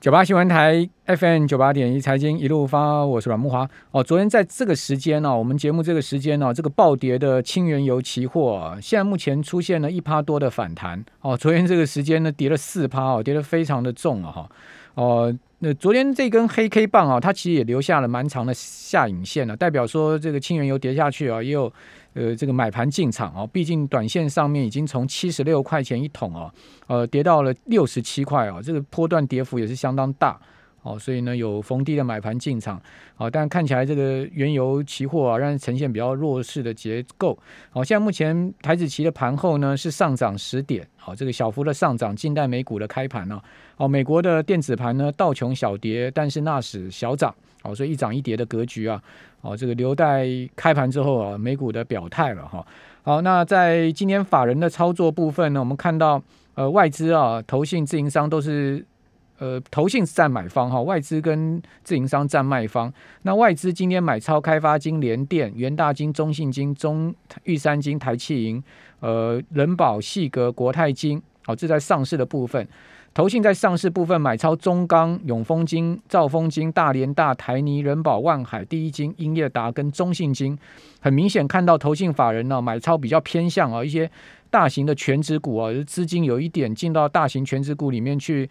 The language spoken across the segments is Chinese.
98新闻台 FM 98.1财经一路发，我是阮慕骅。昨天在这个时间我们节目这个时间这个暴跌的轻原油期货现在目前出现了1%多的反弹昨天这个时间呢跌了4%跌得非常的重那昨天这根黑 K 棒它其实也留下了蛮长的下影线代表说这个轻原油跌下去也有这个买盘进场毕竟短线上面已经从76块钱一桶跌到了67块这个波段跌幅也是相当大所以呢有逢低的买盘进场但看起来这个原油期货让人呈现比较弱势的结构现在目前台指期的盘后呢是上涨10点这个小幅的上涨，近代美股的开盘美国的电子盘呢道琼小跌，但是纳指小涨所以一涨一跌的格局这个留待开盘之后美股的表态了好，那在今天法人的操作部分呢，我们看到外资投信自营商都是投信占买方外资跟自营商占卖方。那外资今天买超开发金、联电、元大金、中信金、玉山金、台企银、人保、细格、国泰金这在上市的部分。投信在上市部分买超中钢、永丰金、兆丰金、大连大、台泥、人保、万海、第一金、英业达跟中信金。很明显看到投信法人买超比较偏向一些大型的全指股资金有一点进到大型全指股里面去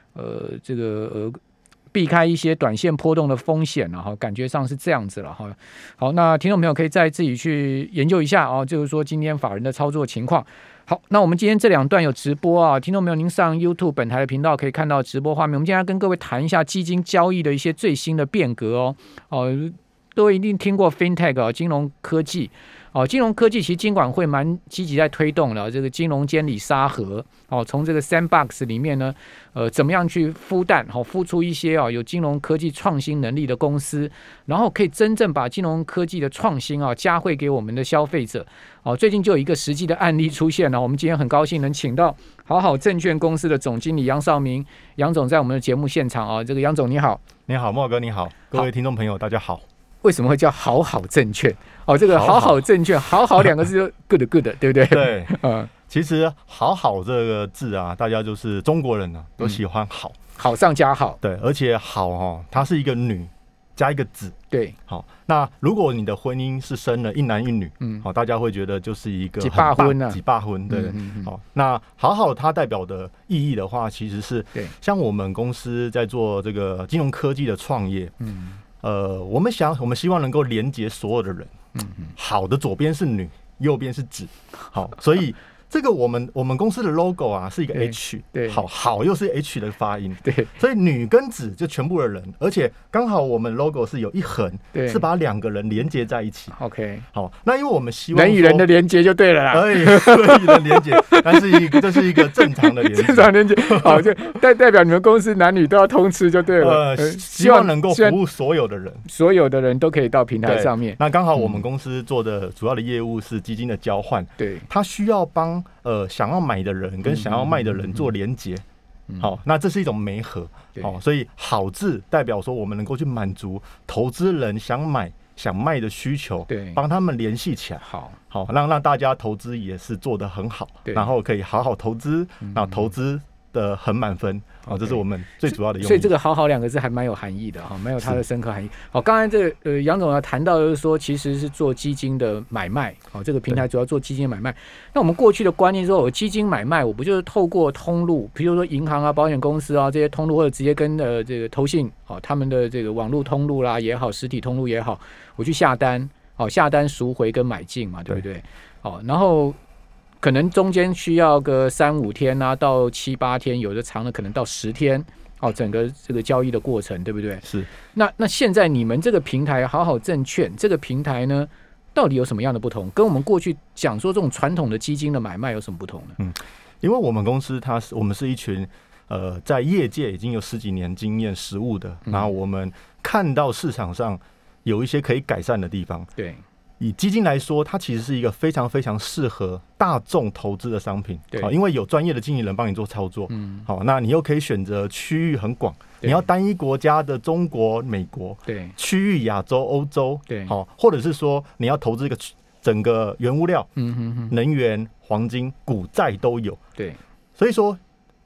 避开一些短线波动的风险感觉上是这样子了好，那听众朋友可以再自己去研究一下就是说今天法人的操作情况。好，那我们今天这2段有直播听众朋友您上 YouTube 本台的频道可以看到直播画面。我们今天要跟各位谈一下基金交易的一些最新的变革各位一定听过 FinTech 金融科技金融科技其实金管会蛮积极在推动的这个金融监理沙盒从这个 Sandbox 里面呢怎么样去孵蛋孵出一些有金融科技创新能力的公司，然后可以真正把金融科技的创新加惠给我们的消费者最近就有一个实际的案例出现了我们今天很高兴能请到好好证券公司的总经理杨绍明杨总在我们的节目现场这个杨总你好。 你好，茂哥你好，各位听众朋友大家好。 为什么会叫好好证券这个好好证券好好2个字就 good good 对不对？ 对其实好好这个字大家就是中国人都喜欢好好上加好。 对，而且好它是一个女加一个子。 对， 好，那如果你的婚姻是生了一男一女大家会觉得就是一个几霸婚几霸婚对好，那好好它代表的意义的话其实是像我们公司在做这个金融科技的创业我们希望能够连接所有的人好的左边是女右边是子好，所以这个我们公司的 logo 是一个 H， 对， 好又是 H 的发音， 对， 所以女跟子就全部的人，而且刚好我们 logo 是有一横，是把2个人连接在一起。 OK， 好，那因为我们希望人与人的连接就对了啦， 人与人的连接，但是这是一个正常的连接， 正常连接，好，就代表你们公司男女都要通吃就对了。 希望能够服务所有的人， 所有的人都可以到平台上面。 那刚好我们公司做的主要的业务是基金的交换， 对， 他需要帮想要买的人跟想要卖的人做连结，好，那这是一种媒合，好，所以好字代表说我们能够去满足投资人想买想卖的需求，对，帮他们联系起来，好，让大家投资也是做得很好，然后可以好好投资，那投资的很满分。这是我们最主要的用意。 所以这个好好2个字还蛮有含义的蛮有它的深刻含义。好，刚才这个杨总要谈到的就是说其实是做基金的买卖这个平台主要做基金买卖。那我们过去的观念说我基金买卖我不就是透过通路比如说银行保险公司这些通路或者直接跟这个投信他们的这个网络通路啦也好实体通路也好我去下单下单赎回跟买进嘛，对不对？然后可能中间需要个3-5天到7-8天，有的长的可能到10天整个这个交易的过程，对不对？ 是。 那现在你们这个平台好好证券这个平台呢，到底有什么样的不同？跟我们过去讲说这种传统的基金的买卖有什么不同呢？ 因为我们公司我们是一群在业界已经有10几年经验实务的，然后我们看到市场上有一些可以改善的地方， 对。 以基金来说，它其实是一个非常非常适合大众投资的商品，因为有专业的经理人帮你做操作，好，那你又可以选择区域很广，你要单一国家的中国、美国，对，区域亚洲、欧洲，对，好，或者是说你要投资一个整个原物料，能源、黄金、股债都有，对，所以说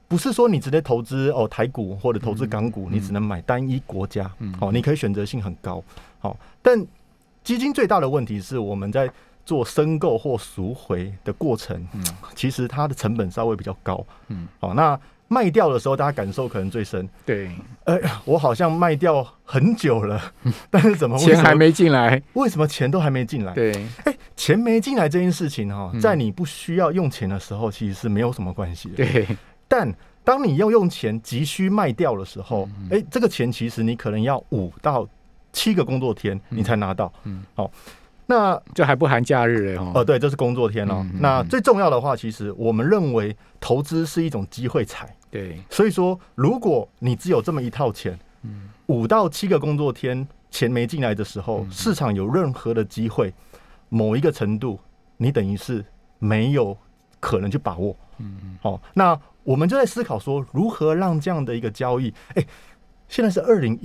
不是说你直接投资台股或者投资港股，你只能买单一国家，你可以选择性很高，但基金最大的问题是我们在做申购或赎回的过程，其实它的成本稍微比较高，那卖掉的时候大家感受可能最深， 对， 我好像卖掉很久了，但是钱还没进来， 为什么钱都还没进来？ 对， 钱没进来这件事情在你不需要用钱的时候，其实是没有什么关系的， 对，但当你要用钱急需卖掉的时候，这个钱其实你可能要5到7个工作天你才拿到，那这还不含假日对，这是工作天那最重要的话，其实我们认为投资是一种机会财， 对， 所以说如果你只有这么一套钱，5到7个工作天钱没进来的时候，市场有任何的机会，某一个程度，你等于是没有可能去把握，那我们就在思考说，如何让这样的一个交易，现在是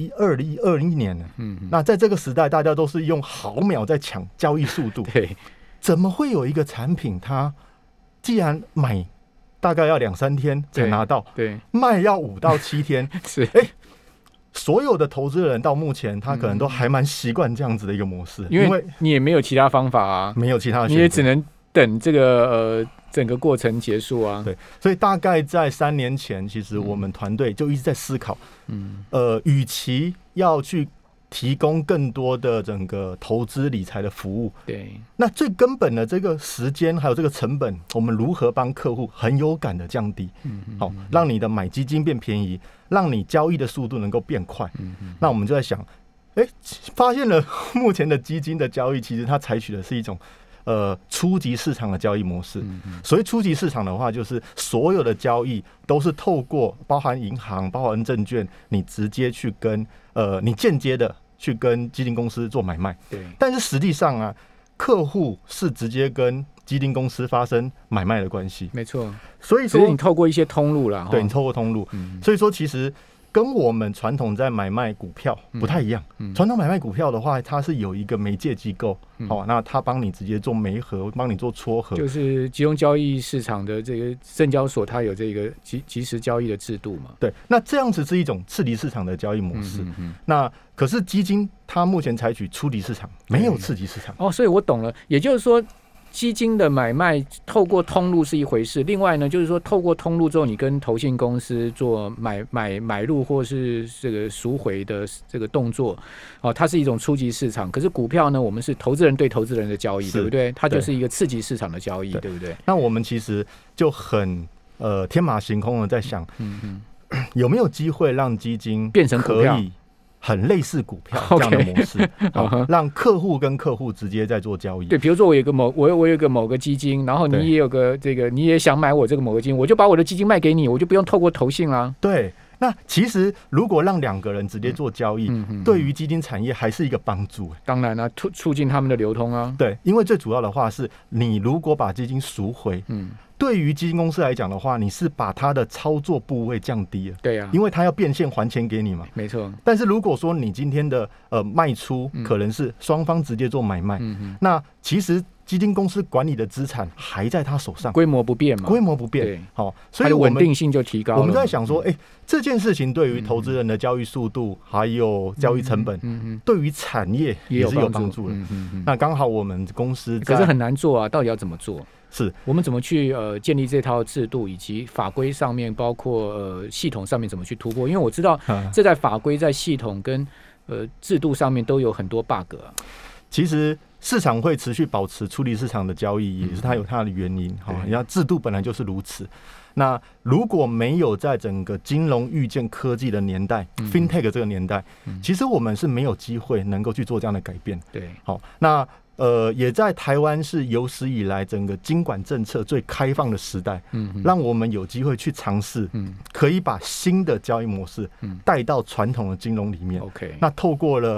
2021年了，那在这个时代，大家都是用毫秒在抢交易速度， 对， 怎么会有一个产品，它既然买大概要2-3天才拿到， 对， 卖要5到7天， 是， 所有的投资人到目前，他可能都还蛮习惯这样子的一个模式， 因为你也没有其他方法啊， 没有其他的选择， 你也只能等这个整个过程结束啊。 对，所以大概在3年前，其实我们团队就一直在思考，与其要去提供更多的整个投资理财的服务， 对， 那最根本的这个时间还有这个成本，我们如何帮客户很有感的降低，让你的买基金变便宜，让你交易的速度能够变快，那我们就在想，发现了目前的基金的交易，其实它采取的是一种初级市场的交易模式。所以初级市场的话，就是所有的交易都是透过包含银行、包含证券，你直接去跟你间接的去跟基金公司做买卖。 对。但是实际上啊，客户是直接跟基金公司发生买卖的关系。 没错。 所以说， 只是你透过一些通路啦， 对，你透过通路。所以说，其实跟我们传统在买卖股票不太一样。传统买卖股票的话，它是有一个媒介机构，那它帮你直接做媒合，帮你做撮合， 就是集中交易市场的这个证交所，它有这个即时交易的制度嘛。 对，那这样子是一种次级市场的交易模式。那可是基金它目前采取初级市场，没有次级市场。 所以我懂了，也就是说，基金的买卖透过通路是一回事，另外呢，就是说透过通路之后，你跟投信公司做买入或是这个赎回的这个动作，它是一种初级市场。可是股票呢，我们是投资人对投资人的交易，对不对？它就是一个次级市场的交易， 对不对？ 那我们其实就很天马行空的在想，有没有机会让基金变成股票？ 很类似股票这样的模式，让客户跟客户直接在做交易。 对，比如说我有一个某个基金，然后你也有个你也想买我这个某个基金，我就把我的基金卖给你，我就不用透过投信啦。 对，那其实如果让2个人直接做交易，对于基金产业还是一个帮助。 当然啦，促进他们的流通啊。 对，因为最主要的话是你如果把基金赎回，对于基金公司来讲的话，你是把它的操作部位降低了。 对啊， 因为它要变现还钱给你嘛。 没错。 但是如果说你今天的卖出可能是双方直接做买卖，那其实基金公司管理的资产还在他手上， 规模不变嘛。 规模不变， 所以稳定性就提高了。 我们在想说，这件事情对于投资人的交易速度还有交易成本，对于产业也是有帮助的。那刚好我们公司可是很难做啊，到底要怎么做？ 是我们怎么去建立这套制度，以及法规上面，包括系统上面怎么去突破？因为我知道这在法规、在系统跟制度上面都有很多 bug 啊。 其实市场会持续保持初级市场的交易，也是它有它的原因。然后制度本来就是如此。那如果没有在整个金融预见科技的年代，FinTech 这个年代，其实我们是没有机会能够去做这样的改变。 对， 好，那也在台湾是有史以来整个金管政策最开放的时代，让我们有机会去尝试，可以把新的交易模式带到传统的金融里面。那透过了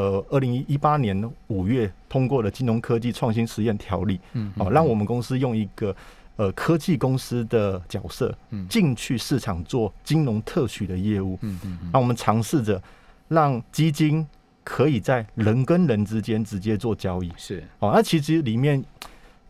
2018年5月通过了金融科技创新实验条例，让我们公司用一个科技公司的角色进去市场做金融特许的业务。那我们尝试着让基金可以在人跟人之间直接做交易。 是， 那其实里面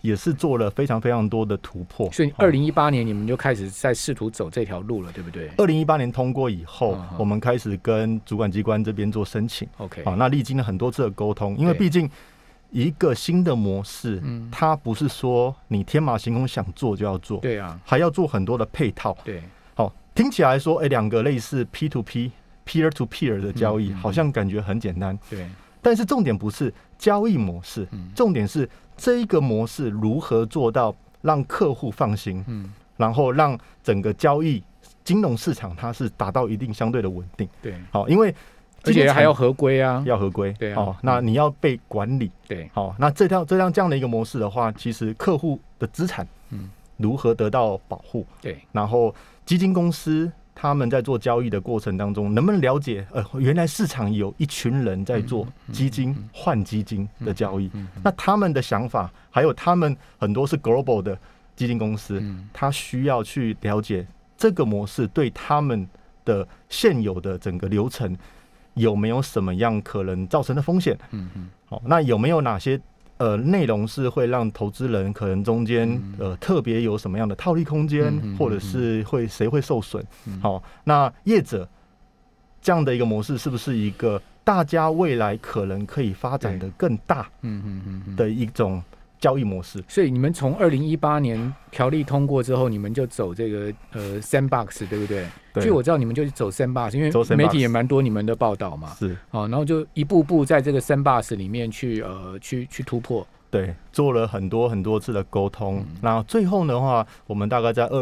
也是做了非常非常多的突破。 所以2018年你们就开始在试图走这条路了，对不对 ？2018年通过以后，我们开始跟主管机关这边做申请。 OK， 那历经了很多次的沟通，因为毕竟一个新的模式，它不是说你天马行空想做就要做， 对啊， 还要做很多的配套。 对， 好，听起来说，两个类似 P2P、Peer to Peer 的交易，好像感觉很简单。 对， 但是重点不是交易模式，重点是这一个模式如何做到让客户放心，然后让整个交易金融市场它是达到一定相对的稳定。 对， 好，因为而且还要合规啊， 要合规， 对啊， 那你要被管理， 对， 好，那这样的一个模式的话，其实客户的资产，如何得到保护， 对， 然后基金公司他们在做交易的过程当中，能不能了解，原来市场有一群人在做基金换基金的交易，那他们的想法，还有他们很多是 global 的基金公司，他需要去了解这个模式对他们的现有的整个流程有没有什么样可能造成的风险？好，那有没有哪些内容是会让投资人可能中间特别有什么样的套利空间，或者是谁会受损？好，那业者这样的一个模式是不是一个大家未来可能可以发展的更大的一种交易模式？ 所以你们从2018年条例通过之后，你们就走这个sandbox， 对不对？据我知道，你们就是走 sandbox， 因为媒体也蛮多你们的报道嘛。 是， 然后就一步步在这个 sandbox 里面去突破。 对，做了很多次的沟通。那最后的话，我们大概在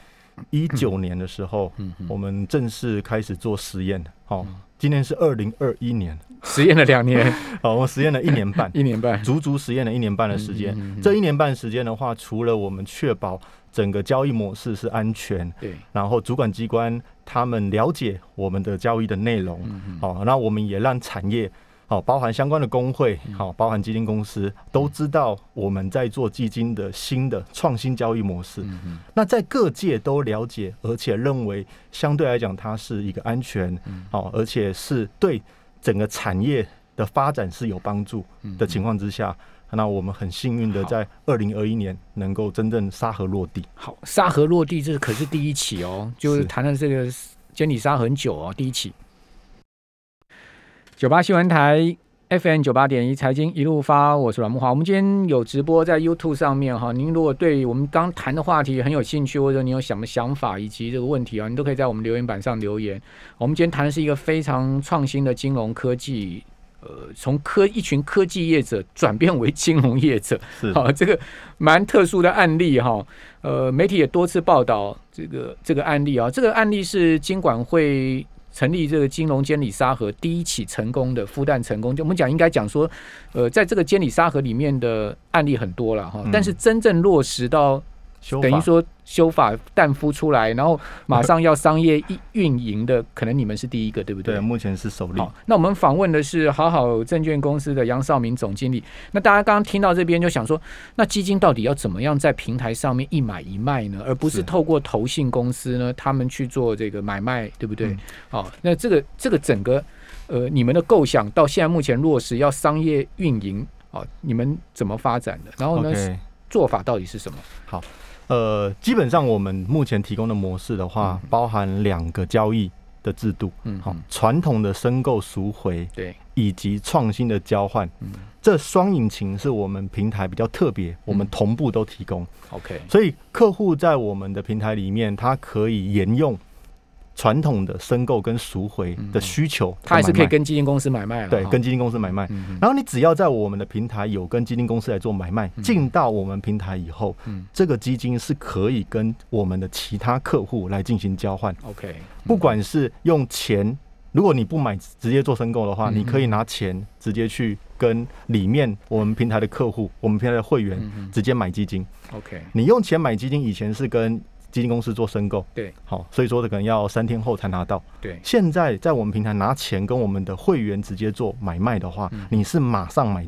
2019年的时候，我们正式开始做实验。好，今年是2021年。 实验了2年， 好，我们实验了1年半 ，1年半， 足实验了1年半的时间。这1年半时间的话，除了我们确保整个交易模式是安全， 对， 然后主管机关他们了解我们的交易的内容，好，那我们也让产业，好，包含相关的工会，好，包含基金公司都知道我们在做基金的新的创新交易模式。那在各界都了解，而且认为相对来讲它是一个安全，好，而且是对整个产业的发展是有帮助的情况之下，那我们很幸运的在2021年能够真正沙盒落地。 好，沙盒落地这可是第一起哦，就是谈了这个监理沙盒很久哦，第一起。98新闻台 FM 98.1财经一路发，我是阮慕骅。我们今天有直播在 YouTube 上面哈，您如果对我们刚谈的话题很有兴趣，或者你有什么想法以及这个问题啊，你都可以在我们留言板上留言。我们今天谈的是一个非常创新的金融科技，从一群科技业者转变为金融业者，好，这个蛮特殊的案例哈。媒体也多次报道这个案例啊，这个案例是金管会成立这个金融监理沙盒第一起成功的孵蛋成功，就我们应该讲说，在这个监理沙盒里面的案例很多了哈，但是真正落实到等于说修法蛋孵出来，然后马上要商业运营的，可能你们是第一个，对不对？ 对，目前是首例。 那我们访问的是好好证券公司的杨绍明总经理。那大家刚刚听到这边就想说，那基金到底要怎么样在平台上面一买一卖呢？而不是透过投信公司呢，他们去做这个买卖，对不对？好，那这个整个你们的构想到现在目前落实要商业运营，你们怎么发展的？然后呢，做法到底是什么？ 好。基本上我们目前提供的模式的话，包含2个交易的制度，传统的申购赎回， 对， 以及创新的交换，这双引擎是我们平台比较特别，我们同步都提供。 OK， 所以客户在我们的平台里面，他可以沿用传统的申购跟赎回的需求， 他还是可以跟基金公司买卖了， 对，跟基金公司买卖。然后你只要在我们的平台有跟基金公司来做买卖，进到我们平台以后，这个基金是可以跟我们的其他客户来进行交换。 OK， 不管是用钱，如果你不买直接做申购的话，你可以拿钱直接去跟里面我们平台的客户、我们平台的会员直接买基金。 OK， 你用钱买基金，以前是跟基金公司做申购， 对， 好，所以说可能要3天后才拿到。 对， 现在在我们平台拿钱跟我们的会员直接做买卖的话，你是马上买到，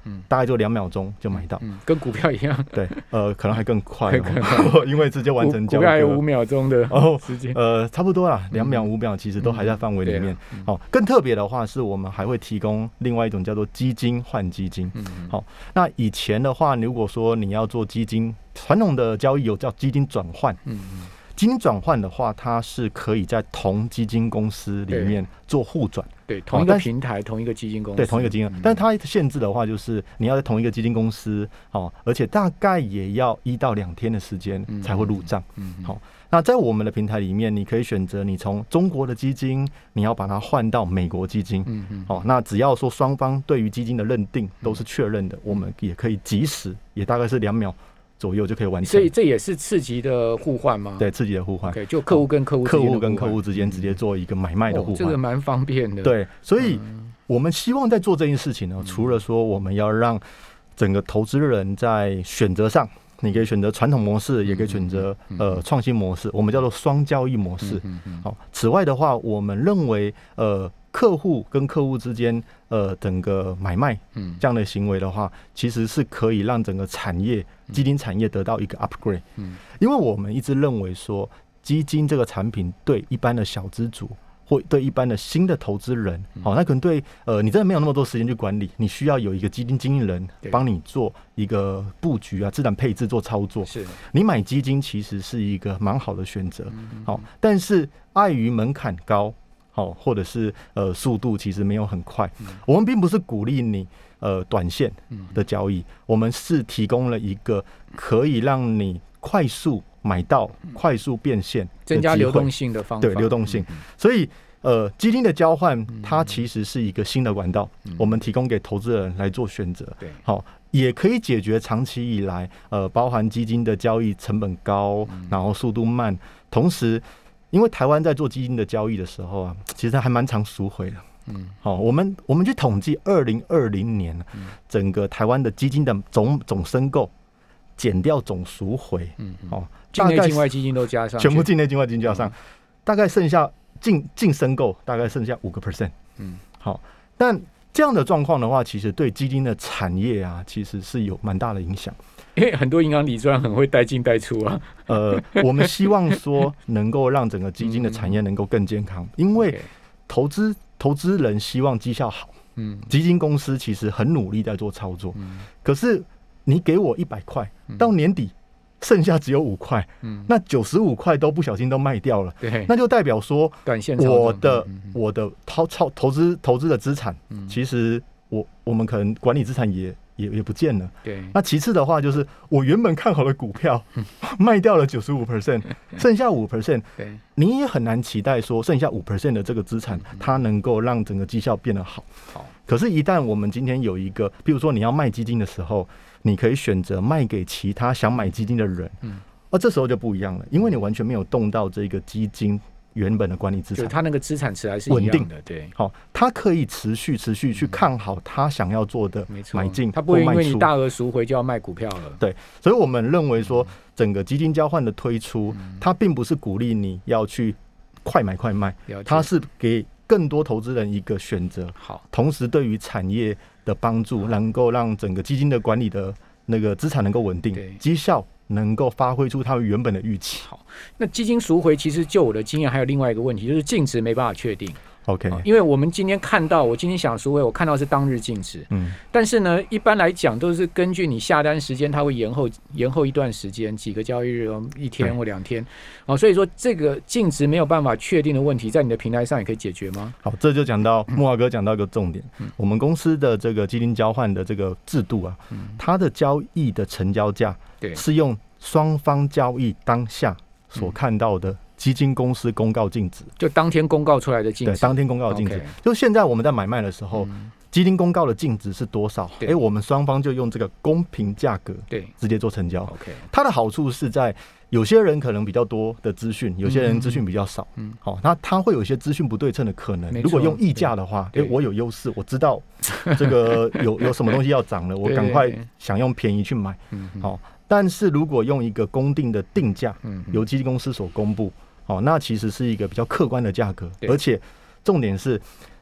大概就2秒钟就买到， 跟股票一样。 对，可能还更快，因为直接完成交易。 股票还有5秒钟的时间， 差不多啦，2秒5秒其实都还在范围里面。更特别的话是我们还会提供另外一种叫做基金换基金。好，那以前的话，如果说你要做基金，传统的交易有叫基金转换。基金转换的话，它是可以在同基金公司里面做互转， 对，同一个平台，同一个基金公司， 对，同一个基金，但是它限制的话，就是你要在同一个基金公司，而且大概也要1到2天的时间才会入账。好，那在我们的平台里面，你可以选择你从中国的基金，你要把它换到美国基金。那只要说双方对于基金的认定都是确认的，我们也可以即时，也大概是2秒左右就可以完成。 所以这也是次级的互换吗？ 对，次级的互换， 就客户跟客户之间直接做一个买卖的互换， 这个蛮方便的。 对，所以我们希望在做这件事情呢，除了说我们要让整个投资人在选择上，你可以选择传统模式，也可以选择创新模式，我们叫做双交易模式。好，此外的话，我们认为客户跟客户之间整个买卖这样的行为的话，其实是可以让整个产业基金产业得到一个 upgrade。因为我们一直认为说，基金这个产品对一般的小资族或对一般的新的投资人，那可能对你真的没有那么多时间去管理，你需要有一个基金经理人帮你做一个布局啊、资产配置做操作。 是， 你买基金其实是一个蛮好的选择。但是碍于门槛高，或者是速度其实没有很快。我们并不是鼓励你短线的交易，我们是提供了一个可以让你快速买到、快速变现、 增加流动性的方法。 对，流动性。所以基金的交换它其实是一个新的管道，我们提供给投资人来做选择。 对， 好，也可以解决长期以来包含基金的交易成本高，然后速度慢，同时。因为台湾在做基金的交易的时候啊，其实还蛮常赎回的。我们去统计2020年，整个台湾的基金的总申购减掉总赎回， 境内境外基金都加上， 全部境内境外基金加上，大概剩下净申购大概剩下5%。好，但这样的状况的话，其实对基金的产业啊，其实是有蛮大的影响。 因为很多银行理专很会带进带出啊。 我们希望说能够让整个基金的产业能够更健康，因为投资人希望绩效好，基金公司其实很努力在做操作，可是你给我100块，到年底剩下只有5块，那95块都不小心都卖掉了，那就代表说短线我的投资的资产，其实我们可能管理资产也不见了。 对， 那其次的话就是我原本看好的股票卖掉了95%，剩下5%，你也很难期待说剩下5% 的这个资产它能够让整个绩效变得好。可是，一旦我们今天有一个，比如说你要卖基金的时候，你可以选择卖给其他想买基金的人，这时候就不一样了，因为你完全没有动到这个基金原本的管理资产， 它那个资产池还是一样的，对， 它可以持续去看好他想要做的买进， 它不会因为你大额赎回就要卖股票了。 对，所以我们认为说，整个基金交换的推出，它并不是鼓励你要去快买快卖，它是给更多投资人一个选择，同时对于产业的帮助，能够让整个基金的管理的那个资产能够稳定，绩效能够发挥出它们原本的预期。 好，那基金赎回其实就我的经验还有另外一个问题，就是净值没办法确定。 OK， 因为我们今天看到，我今天想赎回，我看到是当日净值，但是呢，一般来讲都是根据你下单时间，它会延后一段时间，几个交易日，1天或2天，所以说这个净值没有办法确定的问题，在你的平台上也可以解决吗？ 好，这就讲到木华哥讲到一个重点，我们公司的这个基金交换的这个制度啊，它的交易的成交价是用双方交易当下所看到的基金公司公告净值， 就当天公告出来的净值。 对，当天公告的净值。就现在我们在买卖的时候，基金公告的净值是多少？我们双方就用这个公平价格直接做成交。它的好处是在有些人可能比较多的资讯，有些人资讯比较少。那它会有一些资讯不对称的可能。如果用溢价的话，我有优势，我知道这个有什么东西要涨了，我赶快想用便宜去买。但是如果用一个公定的定价，由基金公司所公布，那其实是一个比较客观的价格，而且重点是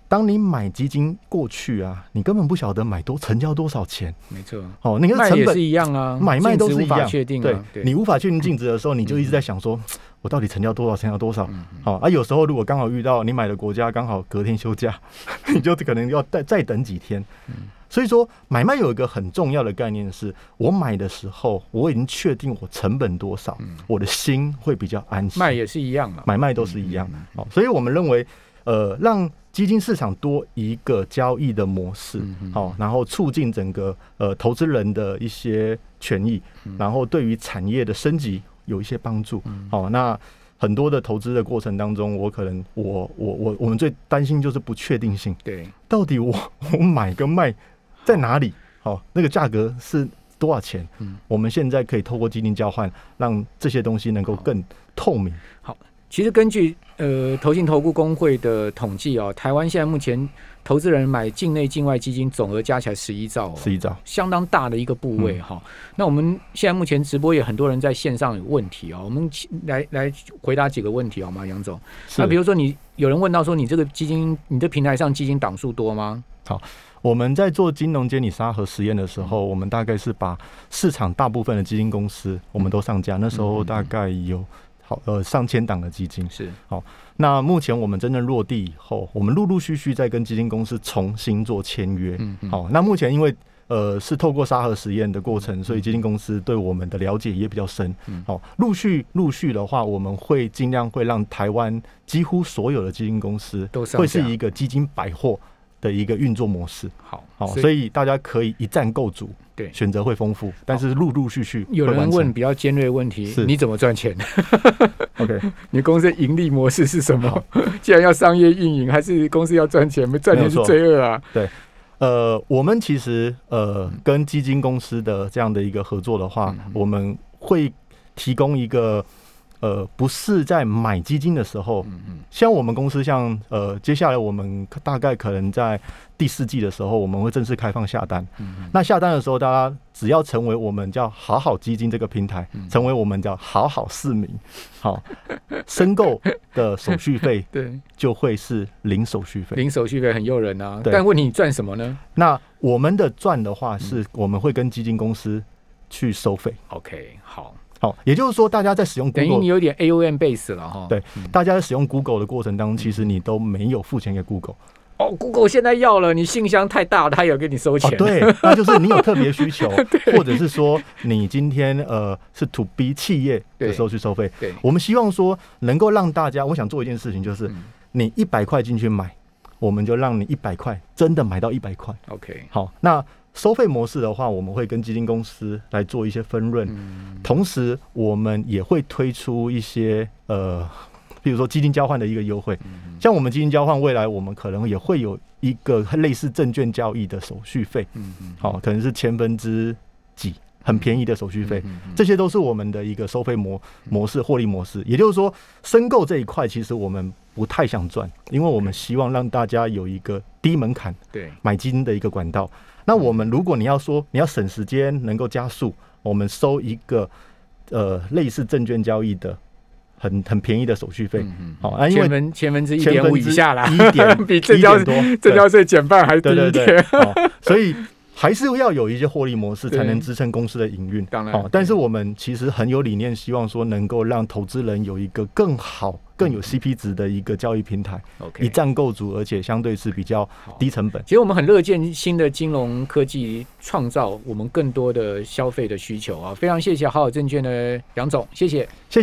当你买基金过去啊，你根本不晓得成交多少钱。 没错。 你的成本也是一样啊， 买卖都是一样， 无法确定啊。 对，你无法确定净值的时候，你就一直在想说，我到底成交多少，成交多少？有时候如果刚好遇到你买的国家刚好隔天休假，你就可能要再等几天。所以说，买卖有一个很重要的概念是，我买的时候我已经确定我成本多少，我的心会比较安心。 卖也是一样啊， 买卖都是一样。所以我们认为，让基金市场多一个交易的模式，然后促进整个投资人的一些权益，然后对于产业的升级有一些帮助。那很多的投资的过程当中，我们最担心就是不确定性。 对， 到底我买跟卖在哪里？那个价格是多少钱？我们现在可以透过基金交换，让这些东西能够更透明。 好，其实根据投信投顾公会的统计台湾现在目前投资人买境内境外基金总额加起来11兆 ，11兆， 相当大的一个部位那我们现在目前直播也很多人在线上有问题我们来回答几个问题好吗，杨总？那比如说有人问到说，你这个基金，你的平台上基金档数多吗？ 好，我们在做金融监理沙盒实验的时候，我们大概是把市场大部分的基金公司我们都上架，那时候大概有上千档的基金。 是好，那目前我们真正落地以后，我们陆陆续续在跟基金公司重新做签约。好，那目前因为是透过沙盒实验的过程，所以基金公司对我们的了解也比较深。好，陆续的话，我们会尽量会让台湾几乎所有的基金公司会是一个基金百货的一个运作模式。 好， 所以大家可以一站购足。对，选择会丰富，但是陆续有人问比较尖锐的问题，你怎么赚钱 ？OK， 你公司的盈利模式是什么？既然要商业运营，还是公司要赚钱？赚钱是罪恶啊。 对，我们其实跟基金公司的这样的一个合作的话，我们会提供一个不是在买基金的时候，像我们公司接下来我们大概可能在第4季的时候，我们会正式开放下单。那下单的时候，大家只要成为我们叫好好基金这个平台，成为我们叫好好市民，好，申购的手续费对就会是零手续费。 零手续费很诱人啊，但问题你赚什么呢？ 那我们的赚的话，是我们会跟基金公司去收费。 OK， 好。 也就是说，大家在使用 Google， 等于你有点 AUM base 了哈。 对，大家在使用 Google 的过程当中，其实你都没有付钱给 Google。 Google 现在要了，你信箱太大了，他也要给你收钱。 对，那就是你有特别需求，或者是说你今天是 To B 企业的时候去收费。对，我们希望说能够让大家，我想做一件事情，就是你100块进去买，我们就让你100块真的买到100块。 OK， 好，那收费模式的话，我们会跟基金公司来做一些分润，同时我们也会推出一些比如说基金交换的一个优惠，像我们基金交换未来我们可能也会有一个类似证券交易的手续费，好，可能是10%几。很便宜的手续费，这些都是我们的一个收费模式、获利模式。也就是说，申购这一块其实我们不太想赚，因为我们希望让大家有一个低门槛买基金的一个管道。那我们如果你要说你要省时间，能够加速，我们收一个类似证券交易的很便宜的手续费， 因为1.5%以下啦，比证交税减半还低一点， 所以。还是要有一些获利模式才能支撑公司的营运， 当然， 但是我们其实很有理念，希望说能够让投资人有一个更好、更有 CP 值的一个交易平台，一站购足，而且相对是比较低成本。 其实我们很乐见新的金融科技创造我们更多的消费的需求啊！非常谢谢好好证券的杨总，谢谢。